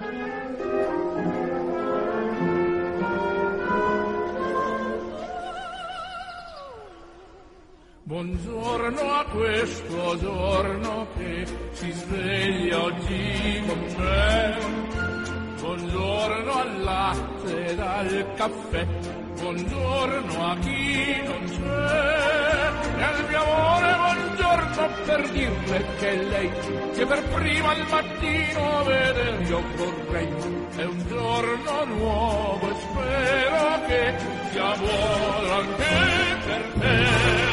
Buongiorno a questo giorno che si sveglia oggi con me. Buongiorno al latte ed al caffè. Buongiorno a chi non c'è. E al mio amore buongiorno per dirle che lei, che per prima al mattino vedere io vorrei. È un giorno nuovo e spero che sia buono anche per te.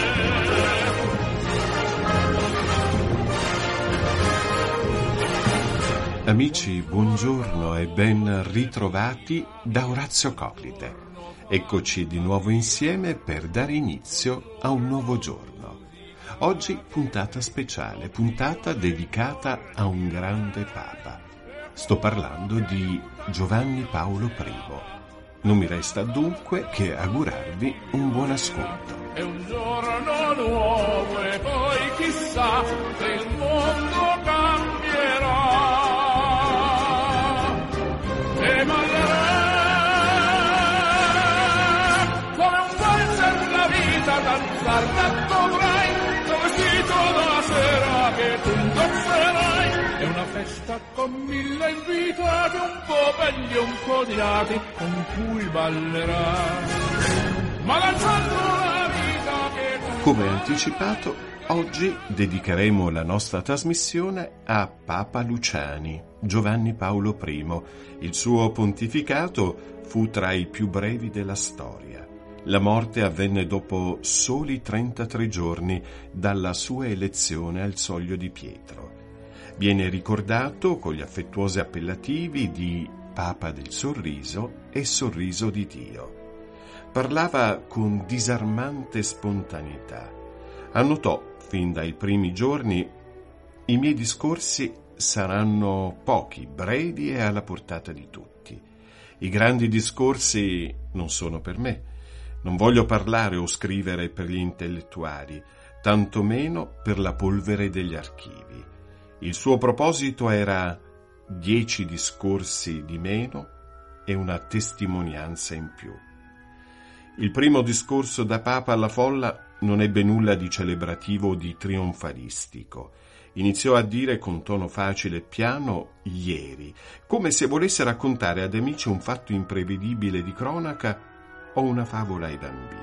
Amici, buongiorno e ben ritrovati da Orazio Coclite. Eccoci di nuovo insieme per dare inizio a un nuovo giorno. Oggi puntata speciale, puntata dedicata a un grande Papa. Sto parlando di Giovanni Paolo I. Non mi resta dunque che augurarvi un buon ascolto. È un giorno nuovo e poi chissà se il mondo cambierà. E ballerà come un valzer la vita, danzar dovrai, come vestito la sera che tu indosserai. È una festa con 1000 invitati, un po' belli e un po' dirati, con cui ballerai. Ma danzando la vita che tu... Come anticipato, oggi dedicheremo la nostra trasmissione a Papa Luciani, Giovanni Paolo I. Il suo pontificato fu tra i più brevi della storia. La morte avvenne dopo soli 33 giorni dalla sua elezione al Soglio di Pietro. Viene ricordato con gli affettuosi appellativi di Papa del Sorriso e Sorriso di Dio. Parlava con disarmante spontaneità. Annotò fin dai primi giorni: i miei discorsi saranno pochi, brevi e alla portata di tutti. I grandi discorsi non sono per me. Non voglio parlare o scrivere per gli intellettuali, tantomeno per la polvere degli archivi. Il suo proposito era 10 discorsi di meno e una testimonianza in più. Il primo discorso da Papa alla folla non ebbe nulla di celebrativo o di trionfalistico. Iniziò a dire con tono facile e piano ieri, come se volesse raccontare ad amici un fatto imprevedibile di cronaca o una favola ai bambini.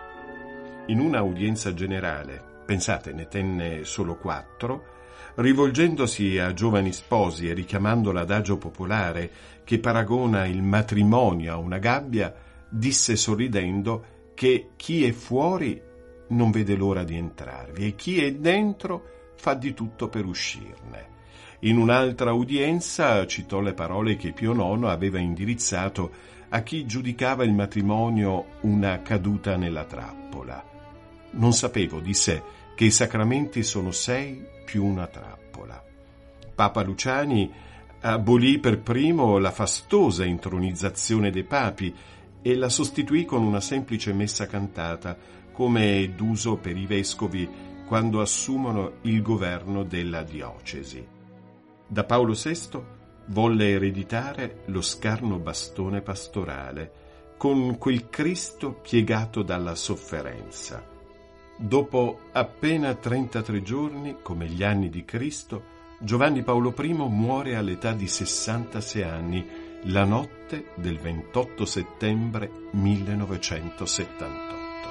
In una udienza generale, pensate, ne tenne solo 4, rivolgendosi a giovani sposi e richiamando l'adagio popolare che paragona il matrimonio a una gabbia, disse sorridendo che chi è fuori non vede l'ora di entrarvi e chi è dentro fa di tutto per uscirne. In un'altra udienza citò le parole che Pio IX aveva indirizzato a chi giudicava il matrimonio una caduta nella trappola. Non sapevo, disse, che i sacramenti sono 6 più una trappola. Papa Luciani abolì per primo la fastosa intronizzazione dei papi e la sostituì con una semplice messa cantata, come è d'uso per i vescovi quando assumono il governo della diocesi. Da Paolo VI volle ereditare lo scarno bastone pastorale, con quel Cristo piegato dalla sofferenza. Dopo appena 33 giorni, come gli anni di Cristo, Giovanni Paolo I muore all'età di 66 anni, la notte del 28 settembre 1978.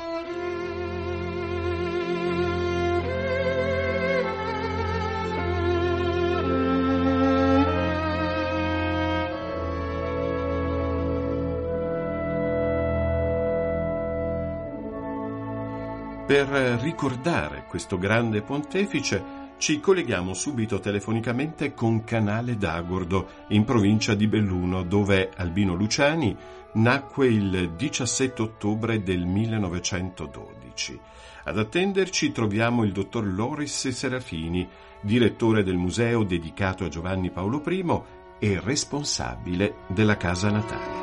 Per ricordare questo grande pontefice ci colleghiamo subito telefonicamente con Canale d'Agordo, in provincia di Belluno, dove Albino Luciani nacque il 17 ottobre del 1912. Ad attenderci troviamo il dottor Loris Serafini, direttore del museo dedicato a Giovanni Paolo I e responsabile della casa natale.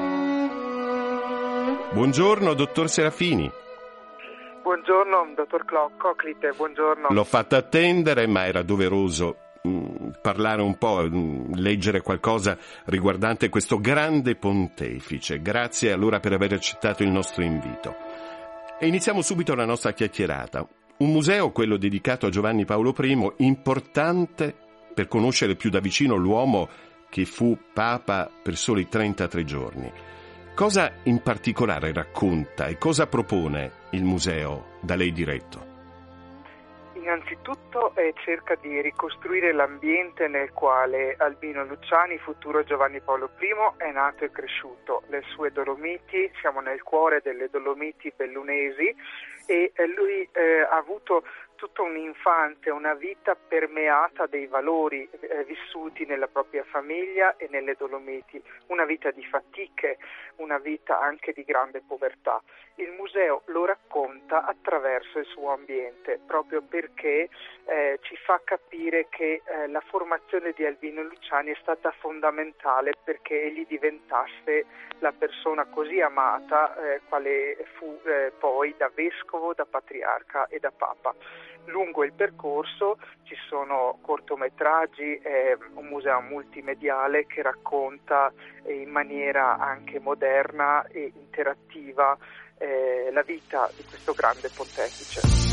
Buongiorno, dottor Serafini. Buongiorno, dottor Coclite, buongiorno. L'ho fatta attendere, ma era doveroso. parlare un po', leggere qualcosa riguardante questo grande pontefice. Grazie allora per aver accettato il nostro invito. E iniziamo subito la nostra chiacchierata. Un museo, quello dedicato a Giovanni Paolo I, importante per conoscere più da vicino l'uomo che fu Papa per soli 33 giorni. Cosa in particolare racconta e cosa propone il museo da lei diretto? Innanzitutto cerca di ricostruire l'ambiente nel quale Albino Luciani, futuro Giovanni Paolo I, è nato e cresciuto. Le sue Dolomiti, siamo nel cuore delle Dolomiti bellunesi, e lui ha avuto tutta un'infanzia, una vita permeata dei valori vissuti nella propria famiglia e nelle Dolomiti, una vita di fatiche, una vita anche di grande povertà. Il museo lo racconta attraverso il suo ambiente, proprio perché ci fa capire che la formazione di Albino Luciani è stata fondamentale perché egli diventasse la persona così amata quale fu poi da vescovo, da patriarca e da papa. Lungo il percorso ci sono cortometraggi, un museo multimediale che racconta in maniera anche moderna e interattiva la vita di questo grande pontefice.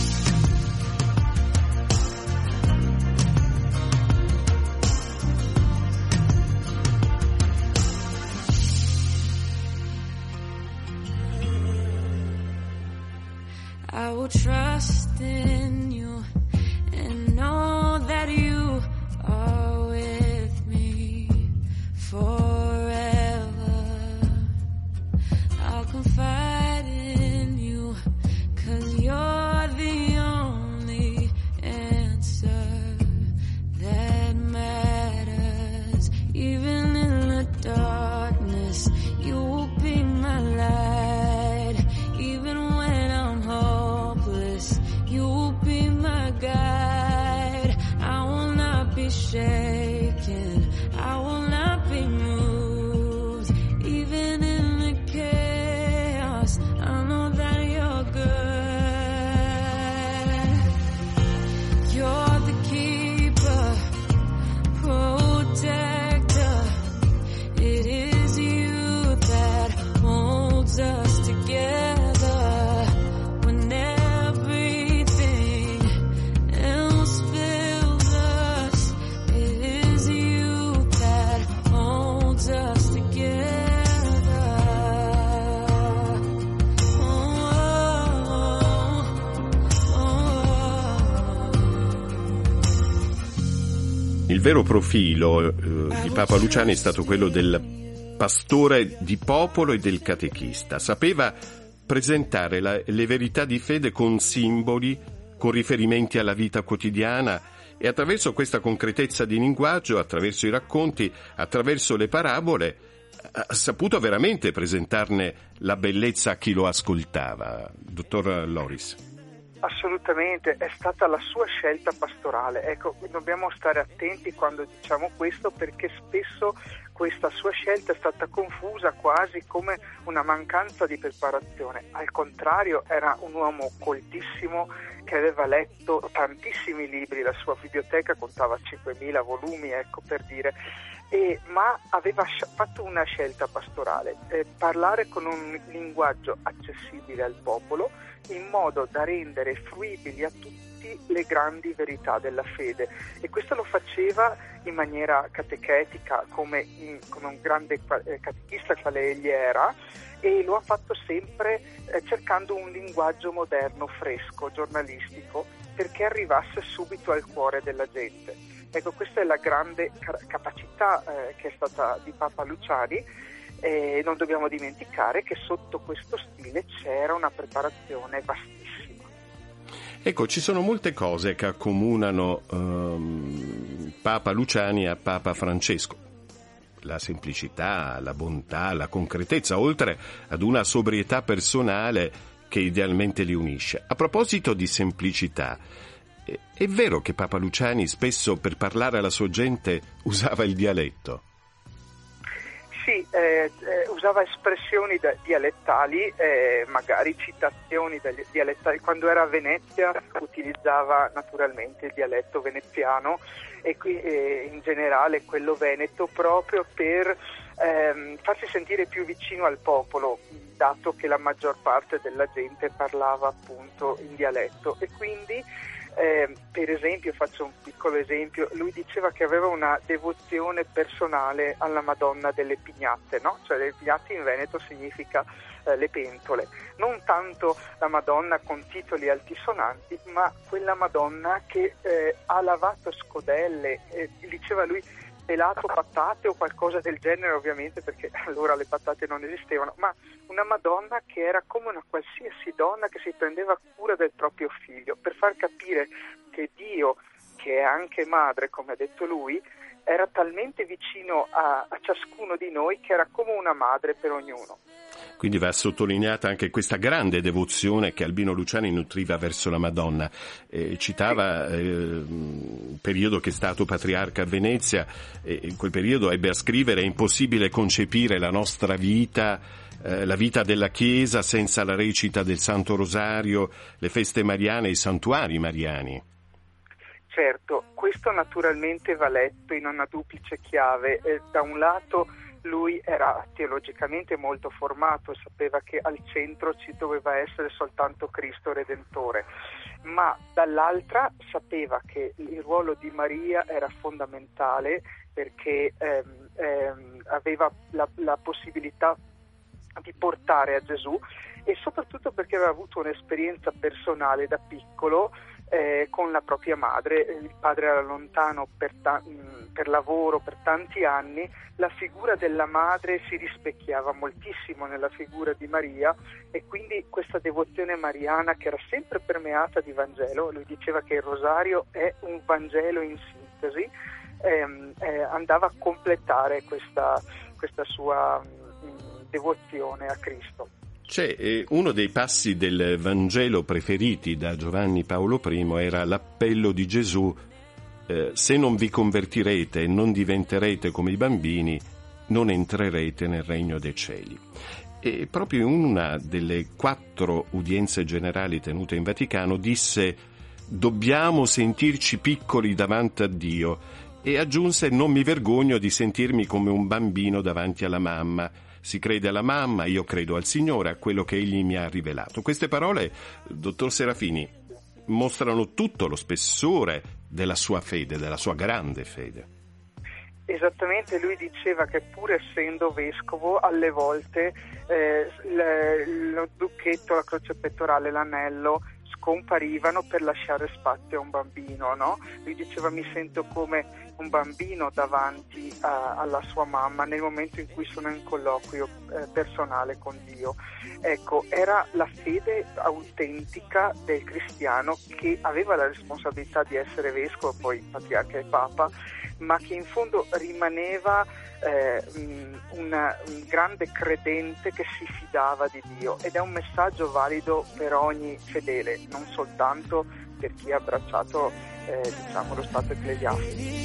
I will trust in you and know that you are with me forever. I'll confide in you 'cause you're the only answer that matters. Even in the darkness, you will be my light. Even when I'm hopeless, you will be my guide. I will not be shaken, I will not be moved. Even in the chaos, I know that you're good. You're the keeper, protector. It is you that holds us together. Il vero profilo di Papa Luciani è stato quello del pastore di popolo e del catechista. Sapeva presentare le verità di fede con simboli, con riferimenti alla vita quotidiana, e attraverso questa concretezza di linguaggio, attraverso i racconti, attraverso le parabole, ha saputo veramente presentarne la bellezza a chi lo ascoltava. Dottor Loris. Assolutamente, è stata la sua scelta pastorale. Ecco, dobbiamo stare attenti quando diciamo questo, perché spesso questa sua scelta è stata confusa quasi come una mancanza di preparazione. Al contrario, era un uomo coltissimo che aveva letto tantissimi libri, la sua biblioteca contava 5.000 volumi, ecco, per dire. Ma aveva fatto una scelta pastorale, parlare con un linguaggio accessibile al popolo, in modo da rendere fruibili a tutti le grandi verità della fede, e questo lo faceva in maniera catechetica come un grande catechista quale egli era, e lo ha fatto sempre cercando un linguaggio moderno, fresco, giornalistico, perché arrivasse subito al cuore della gente. Ecco, questa è la grande capacità che è stata di Papa Luciani, e non dobbiamo dimenticare che sotto questo stile c'era una preparazione vastissima. Ecco, ci sono molte cose che accomunano Papa Luciani a Papa Francesco. La semplicità, la bontà, la concretezza, oltre ad una sobrietà personale che idealmente li unisce. A proposito di semplicità, è vero che Papa Luciani spesso per parlare alla sua gente usava il dialetto? Sì, usava espressioni dialettali, magari citazioni dialettali. Quando era a Venezia utilizzava naturalmente il dialetto veneziano e in generale quello veneto, proprio per farsi sentire più vicino al popolo, dato che la maggior parte della gente parlava appunto in dialetto. E quindi per esempio, faccio un piccolo esempio, lui diceva che aveva una devozione personale alla Madonna delle Pignate, no? Cioè le pignate in Veneto significa le pentole, non tanto la Madonna con titoli altisonanti, ma quella Madonna che ha lavato scodelle, diceva lui, pelato patate o qualcosa del genere, ovviamente, perché allora le patate non esistevano, ma una Madonna che era come una qualsiasi donna che si prendeva cura del proprio figlio, per far capire che Dio, che è anche madre, come ha detto lui, era talmente vicino a ciascuno di noi che era come una madre per ognuno. Quindi va sottolineata anche questa grande devozione che Albino Luciani nutriva verso la Madonna. Citava il periodo che è stato patriarca a Venezia, in quel periodo ebbe a scrivere: è impossibile concepire la nostra vita, la vita della Chiesa senza la recita del Santo Rosario, le feste mariane e i santuari mariani. Certo, questo naturalmente va letto in una duplice chiave. Da un lato lui era teologicamente molto formato e sapeva che al centro ci doveva essere soltanto Cristo Redentore, ma dall'altra sapeva che il ruolo di Maria era fondamentale, perché aveva la possibilità di portare a Gesù, e soprattutto perché aveva avuto un'esperienza personale da piccolo con la propria madre. Il padre era lontano per lavoro per tanti anni. La figura della madre si rispecchiava moltissimo nella figura di Maria, e quindi questa devozione mariana, che era sempre permeata di Vangelo, lui diceva che il rosario è un Vangelo in sintesi, andava a completare questa sua devozione a Cristo. C'è uno dei passi del Vangelo preferiti da Giovanni Paolo I, era l'appello di Gesù: se non vi convertirete e non diventerete come i bambini, non entrerete nel regno dei cieli. E proprio in una delle 4 udienze generali tenute in Vaticano disse: dobbiamo sentirci piccoli davanti a Dio, e aggiunse: non mi vergogno di sentirmi come un bambino davanti alla mamma. Si crede alla mamma, io credo al Signore, a quello che Egli mi ha rivelato. Queste parole, dottor Serafini, mostrano tutto lo spessore della sua fede, della sua grande fede. Esattamente, lui diceva che pur essendo vescovo, alle volte lo zucchetto, la croce pettorale, l'anello scomparivano per lasciare spazio a un bambino, no? Lui diceva: mi sento come un bambino davanti alla sua mamma nel momento in cui sono in colloquio personale con Dio. Ecco, era la fede autentica del cristiano, che aveva la responsabilità di essere vescovo, poi patriarca e papa, ma che in fondo rimaneva un grande credente che si fidava di Dio, ed è un messaggio valido per ogni fedele, non soltanto per chi ha abbracciato lo stato ecclesiastico.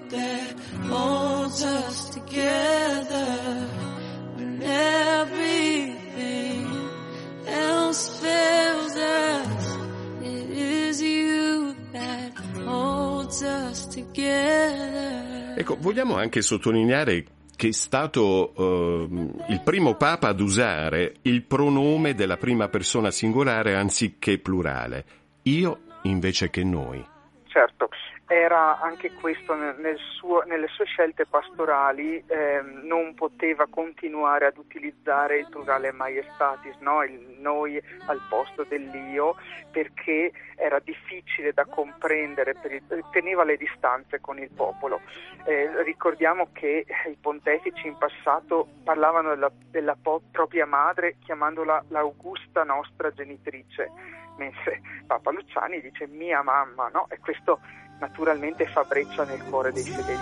that holds us together when everything else fails us. It is you that holds us together. Ecco, vogliamo anche sottolineare che è stato il primo Papa ad usare il pronome della prima persona singolare anziché plurale, io invece che noi. Certo, era anche questo nelle sue scelte pastorali, non poteva continuare ad utilizzare il plurale maiestatis, no? Il noi al posto dell'io, perché era difficile da comprendere, teneva le distanze con il popolo. Ricordiamo che i pontefici in passato parlavano della propria madre chiamandola l'augusta nostra genitrice, mentre Papa Luciani dice mia mamma, no? E questo naturalmente fa breccia nel cuore dei fedeli.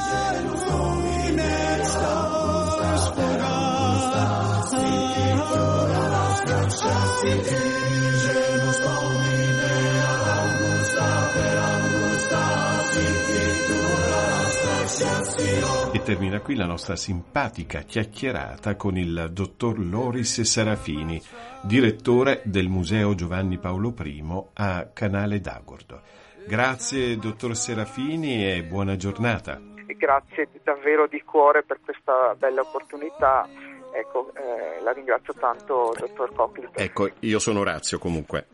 E termina qui la nostra simpatica chiacchierata con il dottor Loris Serafini, direttore del Museo Giovanni Paolo I a Canale d'Agordo. Grazie dottor Serafini e buona giornata. Grazie davvero di cuore per questa bella opportunità. Ecco, la ringrazio tanto, dottor Cocklit. Ecco, io sono Orazio comunque.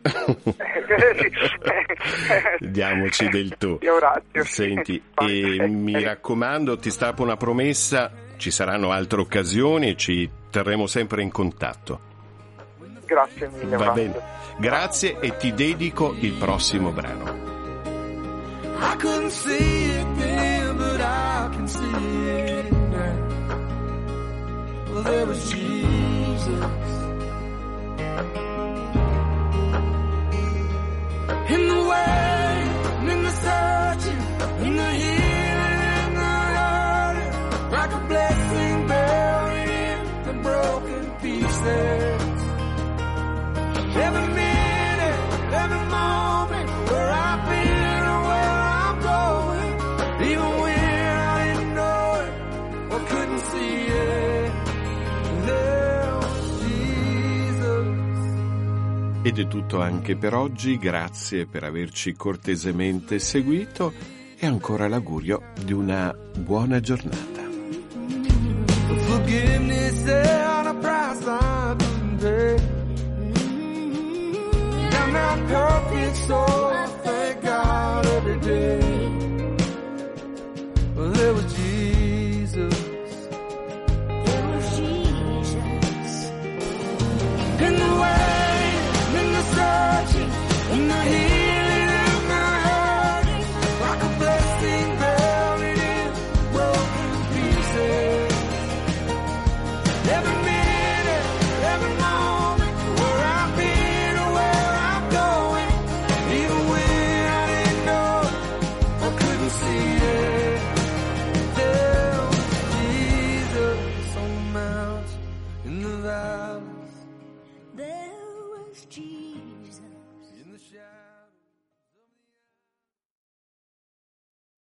Diamoci del tu. Io Orazio. Senti, e mi raccomando, ti strappo una promessa, ci saranno altre occasioni e ci terremo sempre in contatto. Grazie mille. Va bene, grazie e ti dedico il prossimo brano. I couldn't see it then, but I can see it now. Well, there was Jesus in the way, in the searching, in the healing, in the hurting, like a blessing buried in the broken pieces. Every minute, every moment, where I've been or where I'm going, even when I didn't know it or couldn't see it, there was Jesus. Ed è tutto anche per oggi, grazie per averci cortesemente seguito e ancora l'augurio di una buona giornata. Forgiveness and a price I couldn't pay. I'm not perfect, so I thank God every day.